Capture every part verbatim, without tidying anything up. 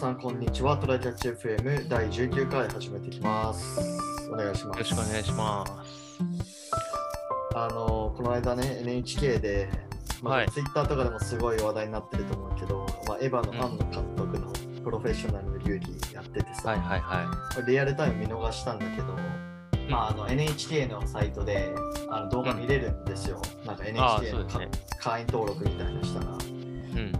さんこんにちは。トライキャッチ エフエム だいじゅうきゅうかい始めていきます。お願いします。 よろしくお願いします。 あのこの間ね エヌエイチケー で、まあはい、 ツイッターとかでもすごい話題になってると思うけど、まあ、エヴァの庵野監督のプロフェッショナルの流儀やっててさ、 はいはいはこれリアルタイム見逃したんだけど、まあ、あの エヌエイチケー のサイトであの動画見れるんですよ、うん、なんか エヌエイチケー のか、ね、会員登録みたいなしたら、うん、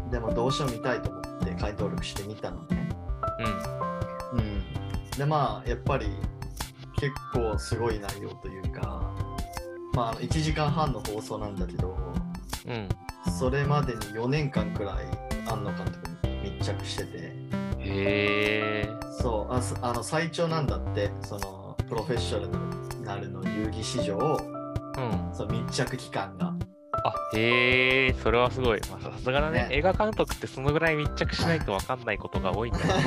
でもどうしても見たいと思って会員登録してみたのね。うん、うん、でまあやっぱり結構すごい内容というか、まあいちじかんはんの放送なんだけど、うん、それまでによねんかんくらい庵野監督に密着してて、 へー、 そうああの最長なんだって、そのプロフェッショナルの遊戯史上、うん、その密着期間が。 あ、へえ、それはすごい。まあ、さすがだね。ね、映画監督ってそのぐらい密着しないと分かんないことが多いんだよね。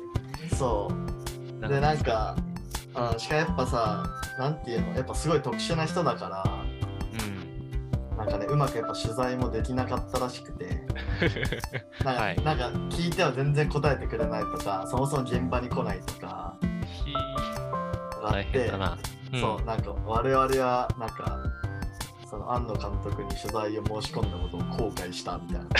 そうでなんかあしかもやっぱさ、なんていうの、やっぱすごい特殊な人だから、うん、なんかねうまくやっぱ取材もできなかったらしくてなんか、はい、なんか聞いては全然答えてくれないとか、そもそも現場に来ないとかあって、大変だな、うん、そうなんか我々はなんかその庵野監督に取材を申し込んだことを後悔したみたいな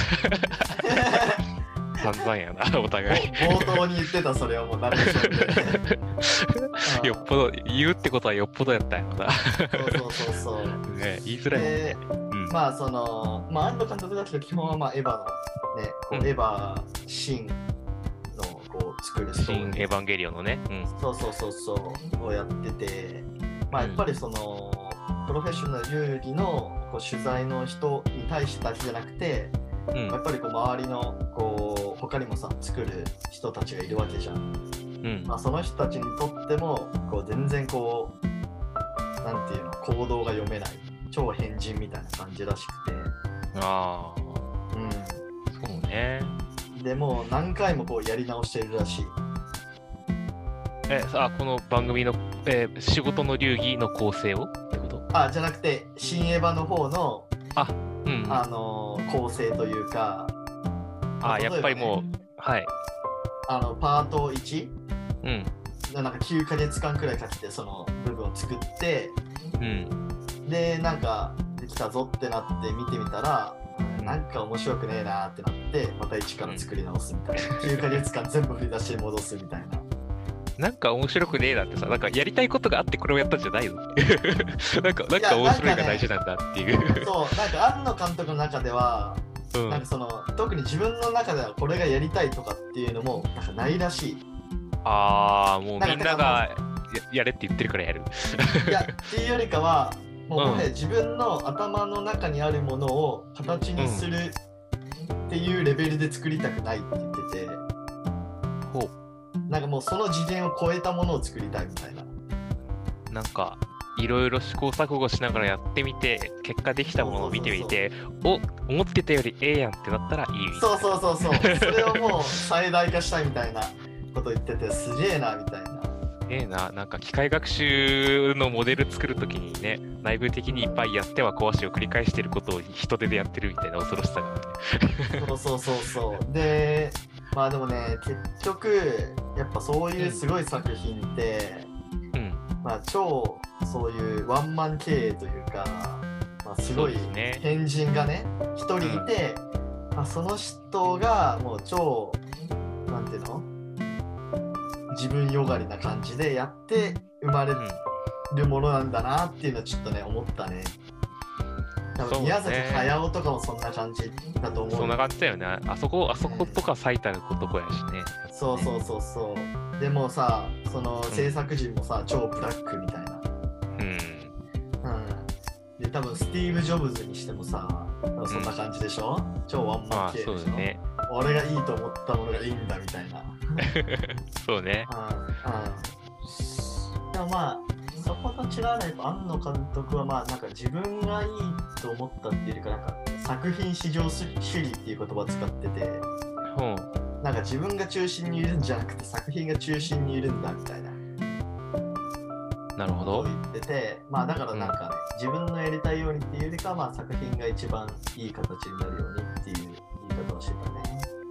散々やな、お互い冒頭に言ってたそれをもう誰もしないよっぽど言うってことはよっぽどやったんやなそうそうそうそう、 ね、言いづらいもんね、 うん、まあそのまあ庵野監督だけど基本はまあエヴァのねこう、うん、エヴァシンのこう作るストーリー、 シンエヴァンゲリオンのね、うん、 そうそうそうそうをやってて、まあやっぱりその、うん、プロフェッショナル遊戯のこう取材の人に対してだけじゃなくて、うん、やっぱりこう周りのこう他にもさ作る人たちがいるわけじゃん、うんまあ、その人たちにとってもこう全然こうなんていうの行動が読めない超変人みたいな感じらしくて、 ああうんそうね。 でもう何回もこうやり直しているらしい。 えさあこの番組の、えー、仕事の流儀の構成をってこと？ あじゃなくて新エヴァの方のあうん、 あのー、構成というか、 あ、ね、やっぱりもうはいあのパートいち、 うん、 なんかきゅうかげつかんくらいかけてその部分を作って、うん、でなんかできたぞってなって見てみたら、うん、なんか面白くねえなってなってまた一から作り直すみたいな、うん、きゅうかげつかん全部振り出しに戻すみたいな。 なんか面白くねえなってさ、なんかやりたいことがあってこれをやったんじゃないのなんか、なんか面白いが大事なんだっていう。 そう、なんか庵野監督の中では、うん、なんかその特に自分の中ではこれがやりたいとかっていうのもなんかないらしい。 ああ、もうみんなが や, やれって言ってるからやる。 いや、っていうよりかは、もうもはや自分の頭の中にあるものを形にするっていうレベルで作りたくないって言ってて、ほう。なんかもうその次元を超えたものを作りたいみたいな。 なんかいろいろ試行錯誤しながらやってみて結果できたものを見てみて、そうそうそうそう、お思ってたよりええやんってなったらいいみたいな。 そうそうそうそうそれをもう最大化したいみたいなこと言ってて、すげえなみたいな。 ええな、なんか機械学習のモデル作るときにね、内部的にいっぱいやっては壊しを繰り返してることを人手でやってるみたいな恐ろしさがあるね。そうそうそうそうでまあでもね結局やっぱそういうすごい作品って、うん、まあ超そういうワンマン経営というか、まあ、すごい変人がね一人いて、うんまあ、その人がもう超なんていうの自分よがりな感じでやって生まれるものなんだなっていうのはちょっとね思ったね。多分宮崎駿とかもそんな感じだと思う。 そんな感じだよね。あそこあそことか最たる男やしね。 そうそうそうそう。でもさ、その制作陣もさ、うん、超ブラックみたいな。うん。うん。で多分スティーブ・ジョブズにしてもさ、そんな感じでしょ。うん、超ワンマン系でしょ。そうね。俺がいいと思ったものがいいんだみたいな。 そうね。 うんうん。でもまあ。そこと違うのはやっぱ庵野監督はまあなんか自分がいいと思ったっていうよりかなんか作品至上主義っていう言葉を使ってて、うん、なんか自分が中心にいるんじゃなくて作品が中心にいるんだみたいな。 なるほど。 言ってて、まあだからなんかね、うん、自分のやりたいようにっていうよりかはまあ作品が一番いい形になるようにっていう言い方をしてたね。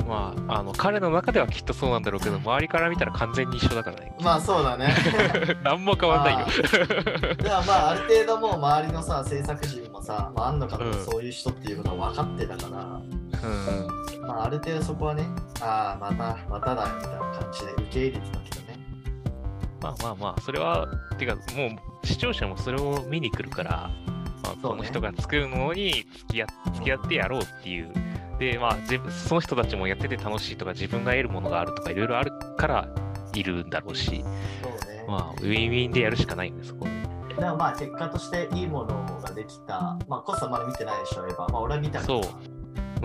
まあ、あの彼の中ではきっとそうなんだろうけど、周りから見たら完全に一緒だからね。 まあそうだね。 何も変わんないよ。 でもまあある程度もう周りのさ制作陣もさ、まあ、あんのかとかそういう人っていうことは分かってたから、うん、まあある程度そこはね、ああまたまただよみたいな感じで受け入れてたけどね。 まあまあまあそれはてかもう視聴者もそれを見に来るから、まあ、この人が作るものに付き合付き合ってやろうっていう。でまあ、自分その人たちもやってて楽しいとか自分が得るものがあるとかいろいろあるからいるんだろうし、 そうね、 まあウィンウィンでやるしかないんですそこ。 でもまあ結果としていいものができた。まあコスはまだ見てないでしょう。まあ俺は見たから。 そう。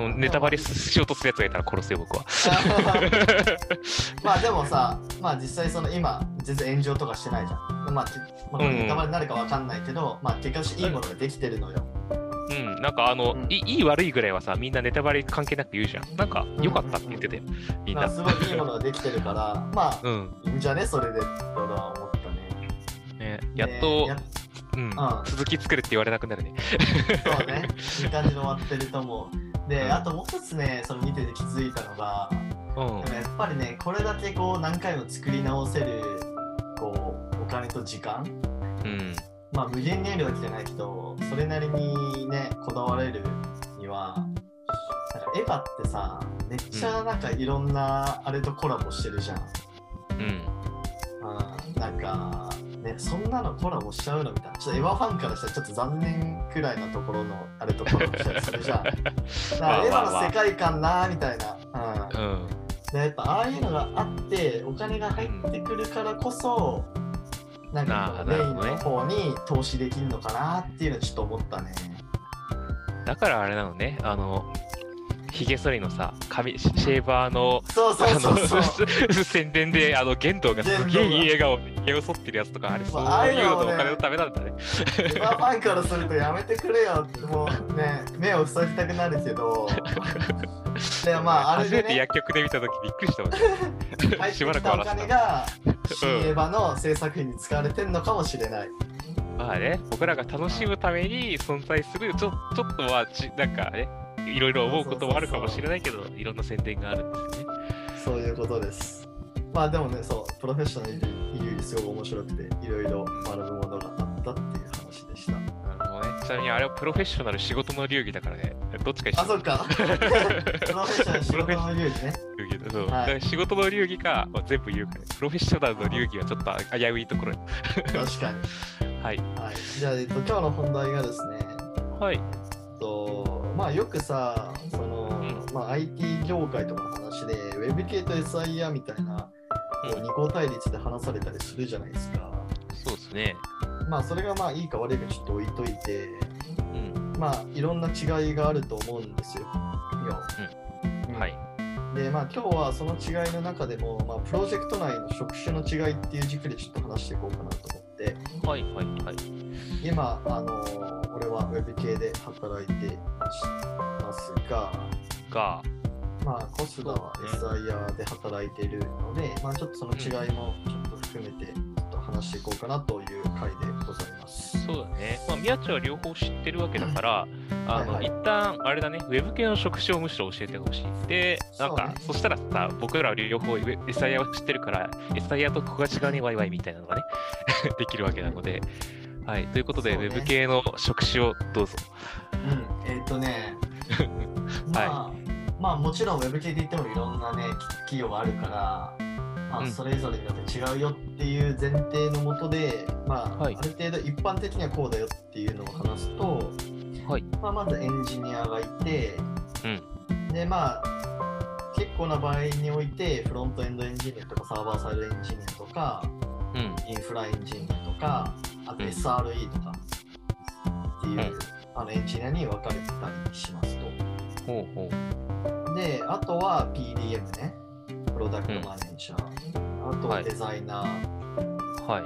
ネタバレしようとするやつがいたら殺せよ僕は。 まあでもさ、まあ実際その今全然炎上とかしてないじゃん。まあ、まあ、ネタバレになるかわかんないけど、うん、まあ結果としていいものができてるのよ。 うん、なんかあの、うん、いい悪いぐらいはさ、みんなネタバレ関係なく言うじゃん。なんか良かったって言ってて、うんうんうん、みんな。 まあ、すごいいいものができてるから、まあ、うん、いいんじゃね、それでって俺は思ったね。 ね、やっと、ねうんうん、続き作るって言われなくなるね。 そうね、いい感じで終わってると思う。で、うん、あともう一つね、その見てて気づいたのが、うん、やっぱりね、これだけこう何回も作り直せるこうお金と時間。うんまあ無限にあるわけじゃないけど、それなりにね、こだわれるには、なんかエヴァってさ、めっちゃなんかいろんなあれとコラボしてるじゃん。うん。あなんか、ね、そんなのコラボしちゃうのみたいな。ちょっとエヴァファンからしたらちょっと残念くらいなところのあれとコラボしたりするじゃん。だからエヴァの世界観なーみたいな。うん。うん、でやっぱああいうのがあって、お金が入ってくるからこそ、なんかメインの方に投資できるのかなっていうのはちょっと思ったね。 だからあれなのね、あのヒゲ剃りのさ、髪シェーバーのそうそうそうそう宣伝であの玄道がすげえいい笑顔でヒゲを剃ってるやつとかあれ、そういうのお金のためなんだね。 エヴァファンからするとやめてくれよってもうね目を塞ぎたくなるけど。でまああれで、ね、 初めて薬局で見たときびっくりしたもんね。 入ってきたお金が新エヴァの制作費に使われてんのかもしれない。 まあね、僕らが楽しむために存在するちょ、ちょっとはちなんかね、いろいろ思うこともあるかもしれないけど、そうそうそういろんな宣伝があるんですよね。 そういうことです。まあでもね、そうプロフェッショナルいるよりすごく面白くて、いろいろ学ぶものがあったっていう話でした。 なるほどね。ちなみにあれはプロフェッショナル仕事の流儀だからね。どっちか一緒。 あ、そっか。プロフェッショナル仕事の流儀ね。 そう、はい、だから仕事の流儀か、まあ、全部言うから、ね、プロフェッショナルの流儀はちょっと危ういところに。 確かに。 はい。 はい、じゃあ、えっと、今日の本題がですね。 はい。 えっと、まあよくさ、その、うん、まあ アイティー 業界とかの話で、ウェブ系と エスアイアール みたいな、こう二項対立で話されたりするじゃないですか。 そうですね。 まあそれがまあいいか悪いかちょっと置いといて、うん、まあいろんな違いがあると思うんですよ。 うんうん、はい。 でまあ今日はその違いの中でも、まあ、プロジェクト内の職種の違いっていう軸でちょっと話していこうかなと思って。 はいはいはい。 今、あのー、俺はウェブ系で働いてますが、 がまあコスダは エスアイアール で働いているので、まあちょっとその違いもちょっと含めてちょっと話していこうかなという回でございます。 そうだね。まあ宮地は両方知ってるわけだから、あの、はいはい、一旦あれだね、ウェブ系の職種をむしろ教えてほしい。で、なんか そ,、ね、そしたらさ、僕らは両方 エスアイアール を知ってるから、エスアイアール とここが違うね、ワイワイみたいなのがね、できるわけなので。はい、ということで、ね、ウェブ系の職種をどうぞ。 うん、えっ、ー、とね、まあ、はい、まあもちろんウェブ系で言ってもいろんなね、企業があるから、まあ、それぞれによって違うよっていう前提のもとで、まあ、はい、ある程度一般的にはこうだよっていうのを話すと、はい、まあ、まずエンジニアがいて、うん、でまあ結構な場合においてフロントエンドエンジニアとかサーバーサイドエンジニアとか、うん、インフラエンジニアとか、あと エスアールイー とかっていう、うん、あのエンジニアに分かれたりしますと。ほうほう。で、あとは ピーディーエム ね、プロダクトマネージャー、うん、あとはデザイナー、はい、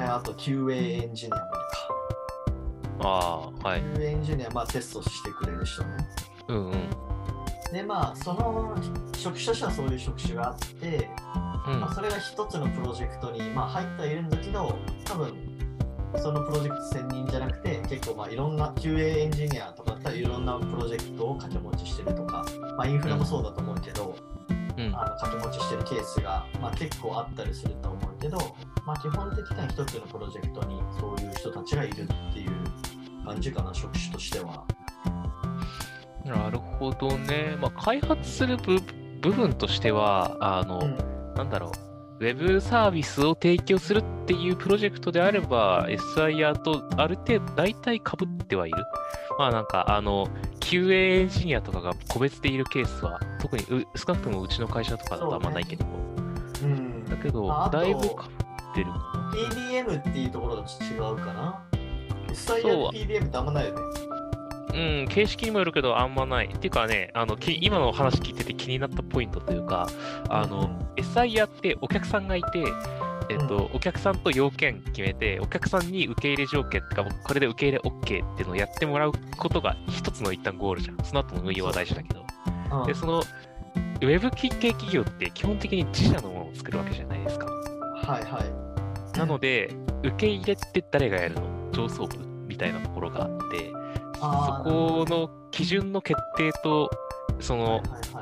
あと キューエー エンジニアもいるか。 ああ、はい。 キューエー エンジニア、まあテストしてくれる人ね。うんうん。で、まあその職種としてはそういう職種があって、うん、まあ、それが一つのプロジェクトに、まあ、入ってはいるんだけど、多分そのプロジェクト専任じゃなくて、結構まあいろんな キューエー エンジニアとかだったらいろんなプロジェクトを掛け持ちしてるとか、 まあ、インフラもそうだと思うけど、 うん、 あの掛け持ちしてるケースが、まあ、結構あったりすると思うけど、まあ、基本的には一つのプロジェクトにそういう人たちがいるっていう感じかな、職種としては。 なるほどね。まあ、開発する部部分としては、あの、うん、なんだろう、ウェブサービスを提供するっていうプロジェクトであれば、エスアイアール とある程度大体被ってはいる。まあなんか、あの、キューエー エンジニアとかが個別でいるケースは、特にう少なくともうちの会社とかだとあんまないけど、 う、ね、うん、 だけど、まあ、だいぶ被ってるかな。 ピーディーエム っていうところと違うかな。エスアイアール ピーディーエムってあんまないよね。 うん、形式にもよるけどあんまない。っていうかね、あのき今の話聞いてて気になったポイントというか、あの、うん、エスアイアール ってお客さんがいて、えっと、うん、お客さんと要件決めて、お客さんに受け入れ条件とか、これで受け入れ OK っていうのをやってもらうことが一つの一旦ゴールじゃん。その後の運用は大事だけど。うん、で、その、ウェブ系企業って基本的に自社のものを作るわけじゃないですか。 はいはい。 なので、受け入れって誰がやるの？上層部みたいなところがあって、そこの基準の決定と、その、はいはいはい、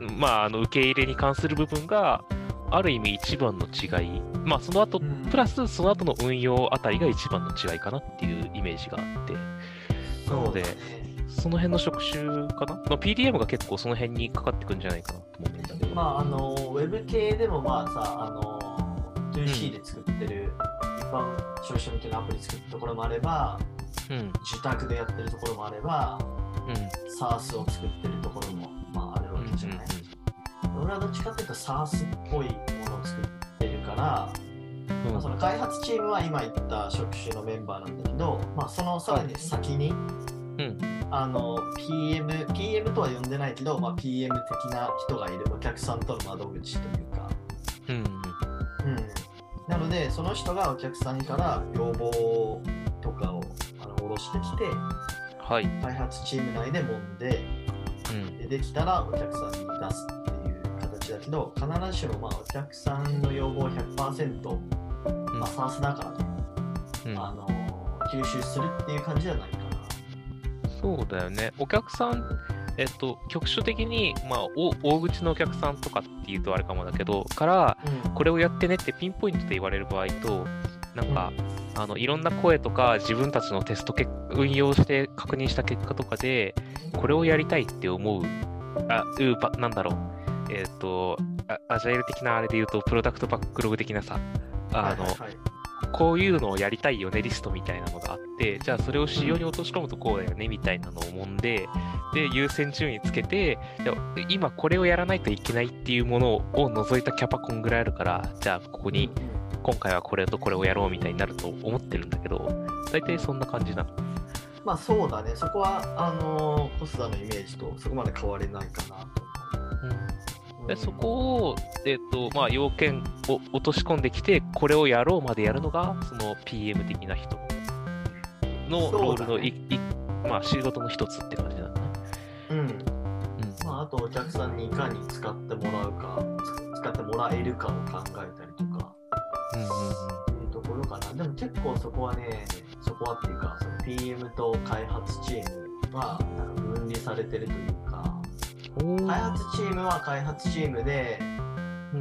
まあ、あの、受け入れに関する部分が、ある意味一番の違い。まあ、その後、うん、プラスその後の運用あたりが一番の違いかなっていうイメージがあって。なので、その辺の職種かな、まあ、ピーディーエム が結構その辺にかかってくるんじゃないかなと思うんだけど。 まあ、あの、ウェブ系でもまあさ、あの、ツーシー で作ってる、一般消費者向けのアプリ作るところもあれば、うん、自宅でやってるところもあれば、うん、SaaS を作ってるところも、まあ、あるわけじゃない。うんうんうん、俺はどっちかっていうと SaaS っぽいものを作ってるから、うんまあ、その開発チームは今言った職種のメンバーなんだけど、まあ、そのさらに先に、うん、あの ピーエム、ピーエム とは呼んでないけど、まあ、ピーエム 的な人がいる、お客さんとの窓口というか、うんうん、なのでその人がお客さんから要望とかを下ろしてきて、はい、開発チーム内で揉んで、うん、で, できたらお客さんに出すっていう形だけど、必ずしもまあお客さんの要望を ひゃくパーセント、うんまあ、SaaS だからね、うん、あの吸収するっていう感じじゃないかな。 そうだよね。お客さん、えっと、局所的に、まあ、大口のお客さんとかっていうとあれかもだけど、から、うん、これをやってねってピンポイントで言われる場合と、なんか、うん、あのいろんな声とか自分たちのテスト結運用して確認した結果とかでこれをやりたいって思うあうなんだろうえっ、ー、とアジャイル的なあれで言うとプロダクトバックログ的なさあの、はいはいはい、こういうのをやりたいよねリストみたいなのがあって、じゃあそれを仕様に落とし込むとこうだよねみたいなのを揉んで、で優先順位つけて、今これをやらないといけないっていうものを除いたキャパこんぐらいあるから、じゃあここに、うん今回はこれとこれをやろうみたいになると思ってるんだけど、大体そんな感じなの。 まあそうだね、そこはあのー、コスダのイメージとそこまで変われないかなと思う。うん、でそこを、えーとまあ、要件を落とし込んできて、これをやろうまでやるのが、その ピーエム 的な人のロールのい、ねいまあ、仕事の一つって感じだね。 うん。うんまあ、あとお客さんにいかに使ってもらうか、使ってもらえるかを考えたりとか。うんうんうん、っていうところかな。でも結構そこはね、そこはっていうか、その ピーエム と開発チームはなんか分離されてるというか、開発チームは開発チームで、うん、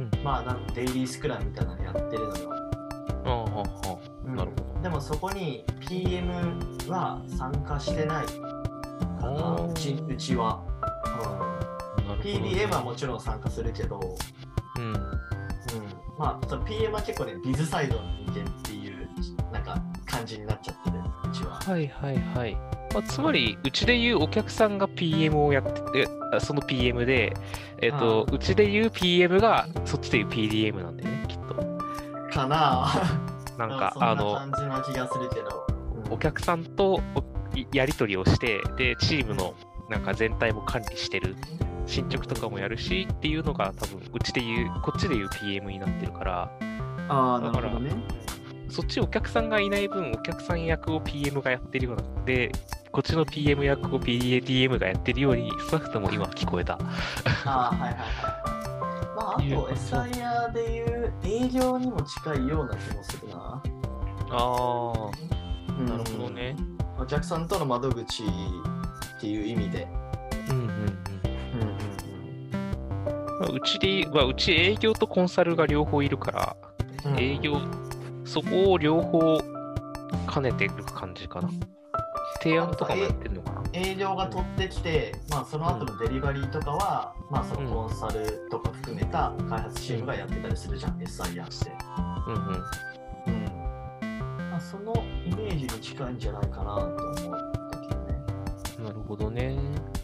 まあなんかデイリースクラムみたいなのやってるのよ。ああ、ああ、うん、なるほど。でもそこに ピーエム は参加してないかな、うち、うちは。うん、ピーディーエム はもちろん参加するけど、うんまあ、その ピーエム は結構ね、ビズサイドの人間っていうなんか感じになっちゃってる、うちは。 はいはいはい。まあ、つまり、うちでいうお客さんが ピーエム をやってて、その ピーエム で、えっと、うちでいう ピーエム がそっちでいう ピーディーエム なんだよね、きっと。 かなぁ。なんか、 あの、そんな感じな気がするけど。 うん、お客さんとやり取りをして、で、チームのなんか全体も管理してる。進捗とかもやるしっていうのが多分うちでいうこっちでいう ピーエム になってるから、 ああなるほどね。 そっちお客さんがいない分お客さん役を ピーエム がやってるようなので、こっちの ピーエム 役を ピーディーエム がやってるように少なくとも今聞こえた。 ああはいはいはい。まああと エスアイアール でいう営業にも近いような気もするな。ああ、うん、なるほどね。 お客さんとの窓口っていう意味で。うんうんうん。うまあ、うちで、まあ、うち営業とコンサルが両方いるから、うん、営業、そこを両方兼ねている感じかな。提案とかもやってるのかな。 営業が取ってきて、まあ、その後のデリバリーとかは、うん、まあ、そのコンサルとか含めた開発チームがやってたりするじゃん、うん、エスアイアール って。うんうん。うん。まあ、そのイメージに近いんじゃないかなと思ったけどね。 なるほどね。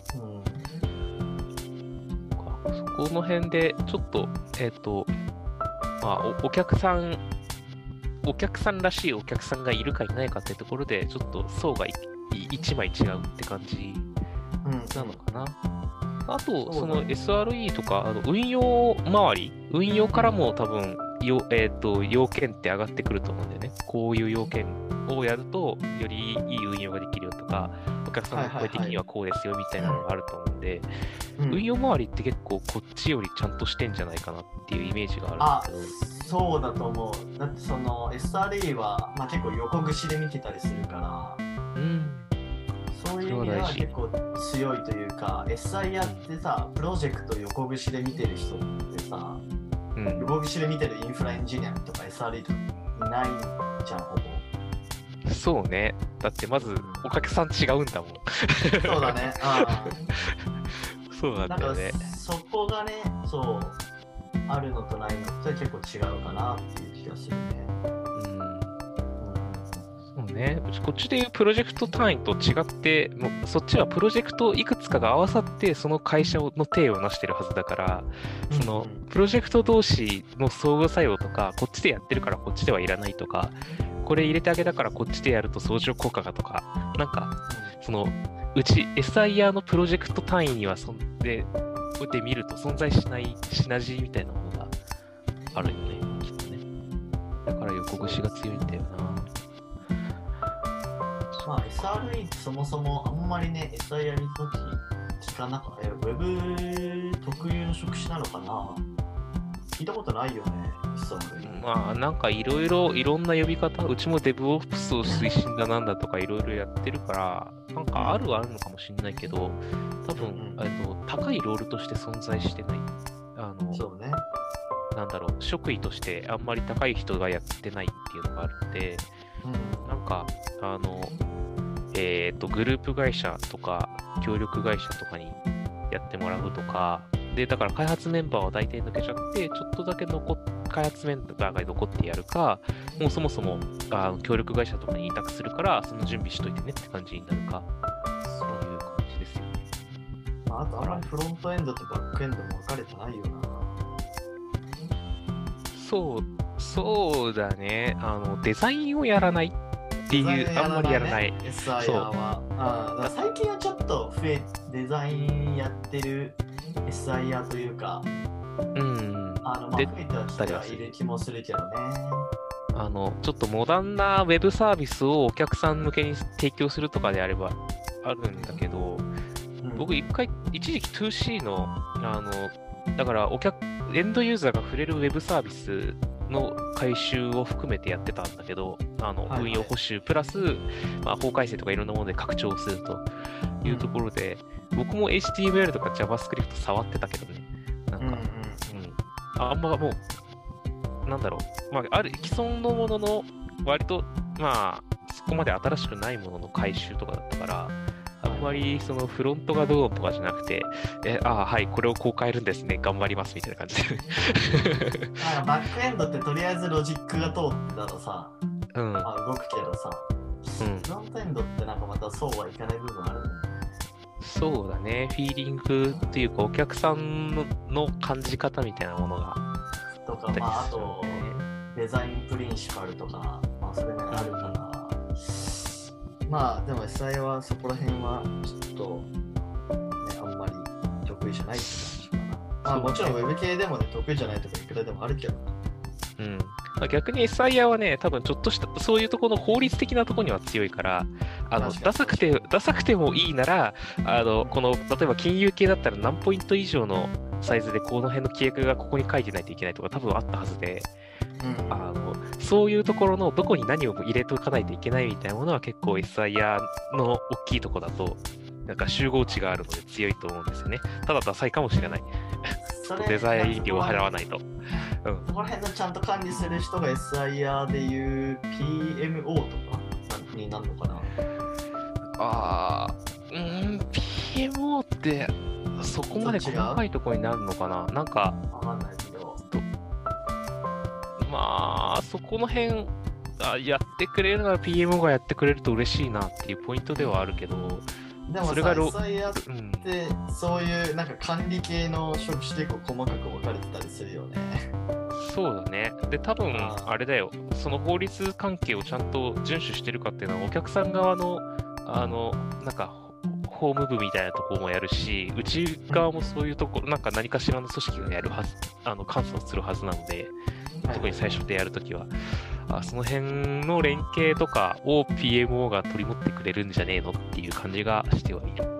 うん。そこの辺で、ちょっと、えっと、まあお、お客さん、お客さんらしいお客さんがいるかいないかってところで、ちょっと層が一枚違うって感じなのかな。うん、あと、その エスアールイー とか、あの運用周り、運用からも多分、よえー、と要件って上がってくると思うんだよね。こういう要件をやると、よりいい運用ができるよとか、お客さんの声的にはこうですよみたいなのがあると思うんで、うん、運用周りって結構こっちよりちゃんとしてんじゃないかなっていうイメージがあるんですけど。 そうだと思う。だってその エスアールイー は、まあ、結構横串で見てたりするから、うん、そういう意味では結構強いというか、エスアイアール ってさ、プロジェクト横串で見てる人ってさ、うん、横串で見てるインフラエンジニアとか エスアールイー とかいないじゃん、ほぼ。 そうね。だってまずお客さん違うんだもん。 そうだね。あそうなんだよね。 そこがね、そう。あるのとないのって結構違うかなっていう気がするね。うん。 そうね。こっちでいうプロジェクト単位と違って、もうそっちはプロジェクトいくつかが合わさってその会社の体を成してるはずだから、うんうん、そのプロジェクト同士の相互作用とか、こっちでやってるからこっちではいらないとか、これ入れてあげたからこっちでやると相乗効果がとか、なんかそのうち エスアイアール のプロジェクト単位にはそんでで見ると存在しないシナジーみたいなものがあるよね、きっとね。だから横串が強いんだよな。 まあ エスアールイー ってそもそもあんまりね、エスアイアール の時聞かなかった。ウェブ特有の職種なのかな？聞いたことないよね、エスアールイー。 まあなんかいろいろいろんな呼び方、うちも DevOps を推進だなんだとかいろいろやってるから、なんかあるはあるのかもしれないけど、多分、うん、と高いロールとして存在してない。あの、 そうね。 なんだろう、職位としてあんまり高い人がやってないっていうのがあるので、うん、なんか、あの、えっと、グループ会社とか、協力会社とかにやってもらうとか、で、だから開発メンバーは大体抜けちゃって、ちょっとだけ残っ開発メンバーが残ってやるか、もうそもそもあ協力会社とかに委託するから、その準備しといてねって感じになるか、そういう感じですよね。 まあ、あとあまりフロントエンドとバックエンドも分かれてないよな。 そう、そうだね。あの、デザインをやらないっていう、ね、あんまりやらない。 エスアイアール は。あだ最近はちょっと増え、デザインやってる エスアイアール というか、うん。あの、まあ、増えてはきてはいる気もするけどね。 あの、ちょっとモダンなウェブサービスをお客さん向けに提供するとかであればあるんだけど、うん、僕一回、一時期 ツーシー の、あの、だからお客、エンドユーザーが触れるウェブサービスの改修を含めてやってたんだけど、あの、はいはい、運用補修プラス、まあ、法改正とかいろんなもので拡張するというところで、うん、僕も エイチティーエムエル とか JavaScript 触ってたけどね、なんか、うんうんうん、あんまもう、なんだろう、まあ、ある既存のものの割と、まあ、そこまで新しくないものの改修とかだったから、あんまりそのフロントがどうとかじゃなくて、え、ああ、はい、これをこう変えるんですね、頑張りますみたいな感じで。 なんかバックエンドってとりあえずロジックが通ってたらさ、うん、あ動くけどさ、うん、フロントエンドってなんかまたそうはいかない部分あるんだよね。 そうだね、フィーリングっていうか、お客さん の, の感じ方みたいなものが。 とか、まあ、あと、デザインプリンシパルとか、まあ、それがあるから。まあでも エスアイ はそこら辺はちょっと、ね、あんまり得意じゃないって感じかな。まあもちろん Web 系でもね、得意じゃないとかいくらでもあるけどな。 うん。逆に エスアイアール はね、多分ちょっとしたそういうところの法律的なところには強いから、あのダサくてダサくてもいいなら、あのこの例えば金融系だったら何ポイント以上のサイズでこの辺の規約がここに書いてないといけないとか多分あったはずで。うん、あのそういうところのどこに何を入れておかないといけないみたいなものは結構 エスアイアール の大きいところだとなんか集合値があるので強いと思うんですよね。ただダサいかもしれない。 ストデザイン料を払わないと。 うん、そこら辺のちゃんと管理する人が エスアイアール でいう ピーエムオー とかになるのかな。 ああ、うん、ピーエムオー ってそこまで細かいところになるのかな。なんか、 わかんないけど。 まあ、そこの辺あやってくれるなら ピーエムオー がやってくれると嬉しいなっていうポイントではあるけど、 でもさ、エスアイアール ってそういうなんか管理系の職種結構細かく分かれてたりするよね。 そうだね。で、多分あれだよ、その法律関係をちゃんと遵守してるかっていうのは、お客さん側の、あの、なんか、法務部みたいなところもやるし、うち側もそういうところ、なんか何かしらの組織がやるはず、あの監査をするはずなので、特に最初でやるときは、あ、その辺の連携とかを ピーエムオー が取り持ってくれるんじゃねえのっていう感じがしてはいる。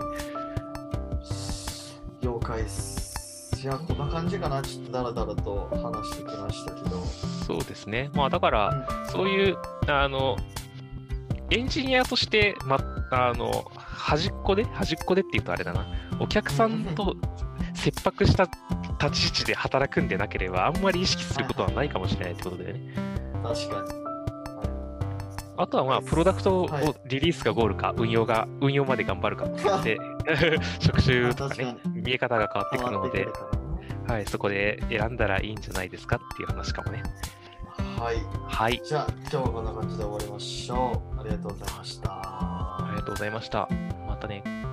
了解っす。じゃあこんな感じかな。ちょっとダラダラと話してきましたけど。 そうですね。まあだから、うん、そういうあのエンジニアとして、ま、あの端っこで端っこでっていうとあれだな。お客さんと切迫した立ち位置で働くんでなければあんまり意識することはないかもしれないってことだよね。 確かに。 あとはまあプロダクトをリリースがゴールか、はい、運用が運用まで頑張るかって職種とかね見え方が変わってくるので、はい、そこで選んだらいいんじゃないですかっていう話かもね。 はい。 はい。 じゃあ今日はこんな感じで終わりましょう。ありがとうございました。 ありがとうございました。またね。